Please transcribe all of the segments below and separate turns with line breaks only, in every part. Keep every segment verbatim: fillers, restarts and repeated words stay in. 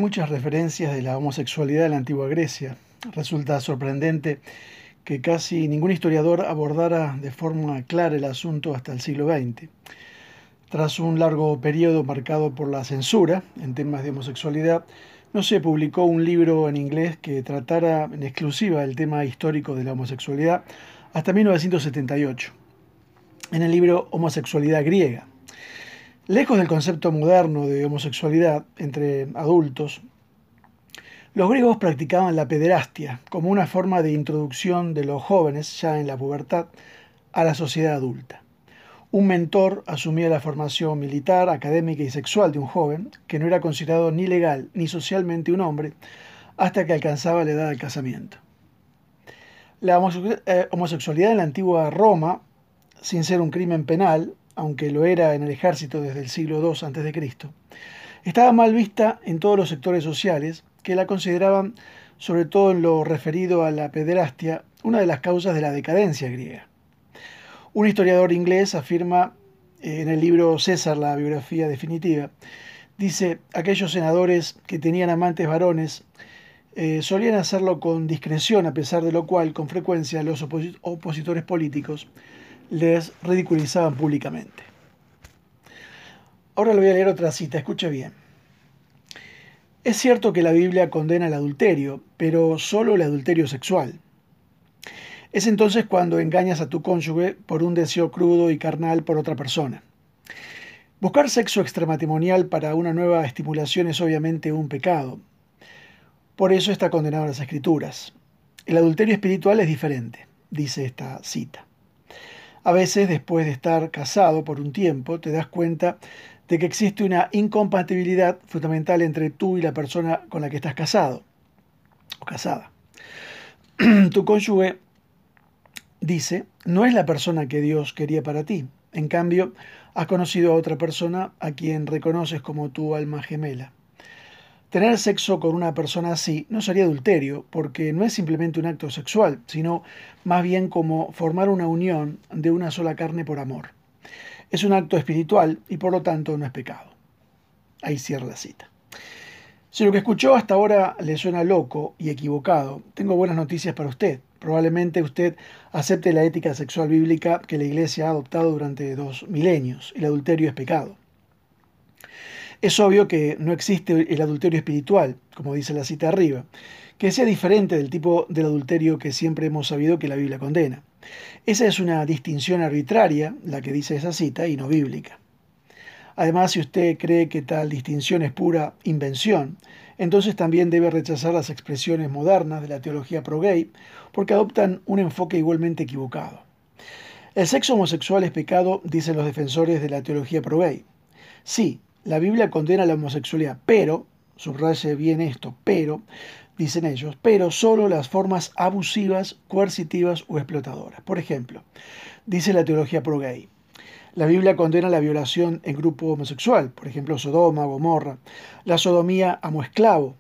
muchas referencias de la homosexualidad en la antigua Grecia. Resulta sorprendente que casi ningún historiador abordara de forma clara el asunto hasta el siglo veinte. Tras un largo periodo marcado por la censura en temas de homosexualidad, no se publicó un libro en inglés que tratara en exclusiva el tema histórico de la homosexualidad hasta mil novecientos setenta y ocho, en el libro Homosexualidad griega. Lejos del concepto moderno de homosexualidad entre adultos, los griegos practicaban la pederastia como una forma de introducción de los jóvenes, ya en la pubertad, a la sociedad adulta. Un mentor asumía la formación militar, académica y sexual de un joven que no era considerado ni legal ni socialmente un hombre hasta que alcanzaba la edad del casamiento. La homosexualidad en la antigua Roma, sin ser un crimen penal, aunque lo era en el ejército desde el siglo segundo antes de Cristo, estaba mal vista en todos los sectores sociales que la consideraban, sobre todo en lo referido a la pederastia, una de las causas de la decadencia griega. Un historiador inglés afirma en el libro César, la biografía definitiva, dice, aquellos senadores que tenían amantes varones eh, solían hacerlo con discreción, a pesar de lo cual, con frecuencia, los opos- opositores políticos les ridiculizaban públicamente. Ahora le voy a leer otra cita, escuche bien. Es cierto que la Biblia condena el adulterio, pero solo el adulterio sexual. Es entonces cuando engañas a tu cónyuge por un deseo crudo y carnal por otra persona. Buscar sexo extramatrimonial para una nueva estimulación es obviamente un pecado. Por eso está condenado en las Escrituras. El adulterio espiritual es diferente, dice esta cita. A veces, después de estar casado por un tiempo, te das cuenta de que existe una incompatibilidad fundamental entre tú y la persona con la que estás casado o casada. Tu cónyuge, dice, no es la persona que Dios quería para ti. En cambio, has conocido a otra persona a quien reconoces como tu alma gemela. Tener sexo con una persona así no sería adulterio, porque no es simplemente un acto sexual, sino más bien como formar una unión de una sola carne por amor. Es un acto espiritual y por lo tanto no es pecado. Ahí cierra la cita. Si lo que escuchó hasta ahora le suena loco y equivocado, tengo buenas noticias para usted. Probablemente usted acepte la ética sexual bíblica que la Iglesia ha adoptado durante dos milenios. El adulterio es pecado. Es obvio que no existe el adulterio espiritual, como dice la cita arriba, que sea diferente del tipo del adulterio que siempre hemos sabido que la Biblia condena. Esa es una distinción arbitraria, la que dice esa cita, y no bíblica. Además, si usted cree que tal distinción es pura invención, entonces también debe rechazar las expresiones modernas de la teología pro-gay, porque adoptan un enfoque igualmente equivocado. El sexo homosexual es pecado, dicen los defensores de la teología pro-gay. Sí, la Biblia condena la homosexualidad, pero, subraye bien esto, pero, dicen ellos, pero solo las formas abusivas, coercitivas o explotadoras. Por ejemplo, dice la teología pro-gay, la Biblia condena la violación en grupo homosexual, por ejemplo, Sodoma, Gomorra, la sodomía amo esclavo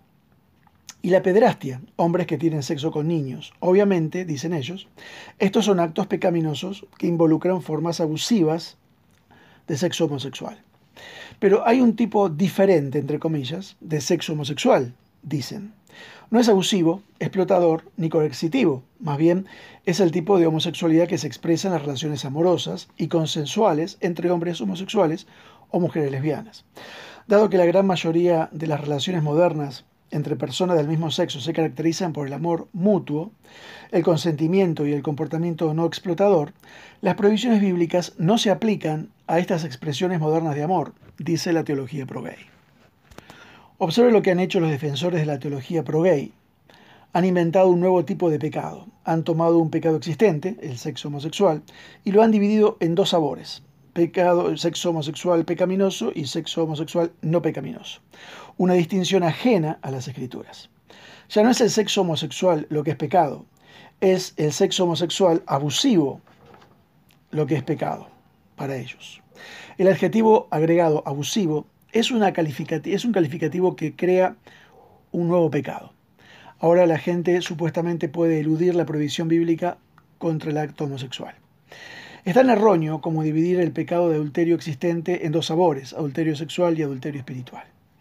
y la pederastia, hombres que tienen sexo con niños. Obviamente, dicen ellos, estos son actos pecaminosos que involucran formas abusivas de sexo homosexual. Pero hay un tipo diferente, entre comillas, de sexo homosexual, dicen. No es abusivo, explotador ni coercitivo, más bien es el tipo de homosexualidad que se expresa en las relaciones amorosas y consensuales entre hombres homosexuales o mujeres lesbianas. Dado que la gran mayoría de las relaciones modernas entre personas del mismo sexo se caracterizan por el amor mutuo, el consentimiento y el comportamiento no explotador, las prohibiciones bíblicas no se aplican a estas expresiones modernas de amor, dice la teología pro-gay. Observe lo que han hecho los defensores de la teología pro-gay. Han inventado un nuevo tipo de pecado. Han tomado un pecado existente, el sexo homosexual, y lo han dividido en dos sabores. Pecado, sexo homosexual pecaminoso y sexo homosexual no pecaminoso. Una distinción ajena a las Escrituras. Ya no es el sexo homosexual lo que es pecado, es el sexo homosexual abusivo lo que es pecado para ellos. El adjetivo agregado abusivo es, una calificati- es un calificativo que crea un nuevo pecado. Ahora la gente supuestamente puede eludir la prohibición bíblica contra el acto homosexual. Es tan erróneo como dividir el pecado de adulterio existente en dos sabores, adulterio sexual y adulterio espiritual.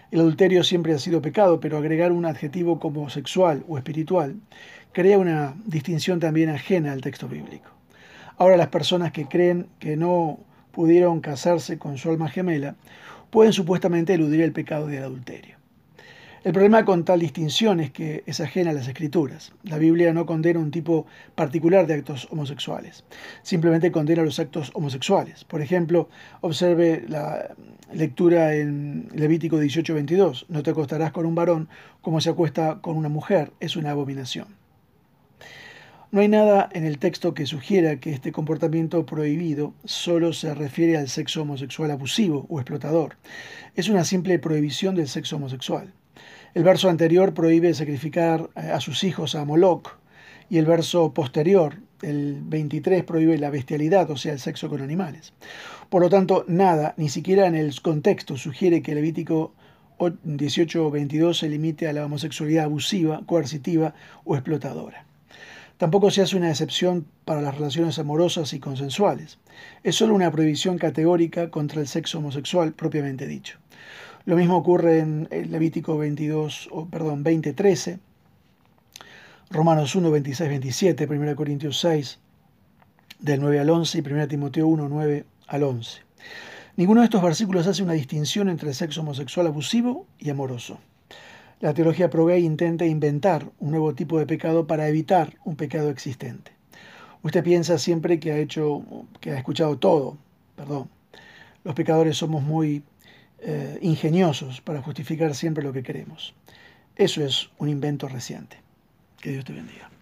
El adulterio siempre ha sido pecado, pero agregar un adjetivo como sexual o espiritual crea una distinción también ajena al texto bíblico. Ahora las personas que creen que no pudieron casarse con su alma gemela pueden supuestamente eludir el pecado del adulterio. El problema con tal distinción es que es ajena a las Escrituras. La Biblia no condena un tipo particular de actos homosexuales, simplemente condena los actos homosexuales. Por ejemplo, observe la lectura en Levítico dieciocho veintidós: no te acostarás con un varón como se acuesta con una mujer, es una abominación. No hay nada en el texto que sugiera que este comportamiento prohibido solo se refiere al sexo homosexual abusivo o explotador. Es una simple prohibición del sexo homosexual. El verso anterior prohíbe sacrificar a sus hijos a Moloch, y el verso posterior, el veintitrés, prohíbe la bestialidad, o sea, el sexo con animales. Por lo tanto, nada, ni siquiera en el contexto, sugiere que Levítico dieciocho veintidós se limite a la homosexualidad abusiva, coercitiva o explotadora. Tampoco se hace una excepción para las relaciones amorosas y consensuales. Es solo una prohibición categórica contra el sexo homosexual propiamente dicho. Lo mismo ocurre en Levítico veintidós, o, perdón, veinte trece, Romanos uno veintiséis veintisiete, primera Corintios seis, del nueve al once, y primera Timoteo uno nueve al once. Ninguno de estos versículos hace una distinción entre el sexo homosexual abusivo y amoroso. La teología pro-gay intenta inventar un nuevo tipo de pecado para evitar un pecado existente. Usted piensa siempre que ha hecho, que ha escuchado todo, perdón. Los pecadores somos muy eh, ingeniosos para justificar siempre lo que queremos. Eso es un invento reciente. Que Dios te bendiga.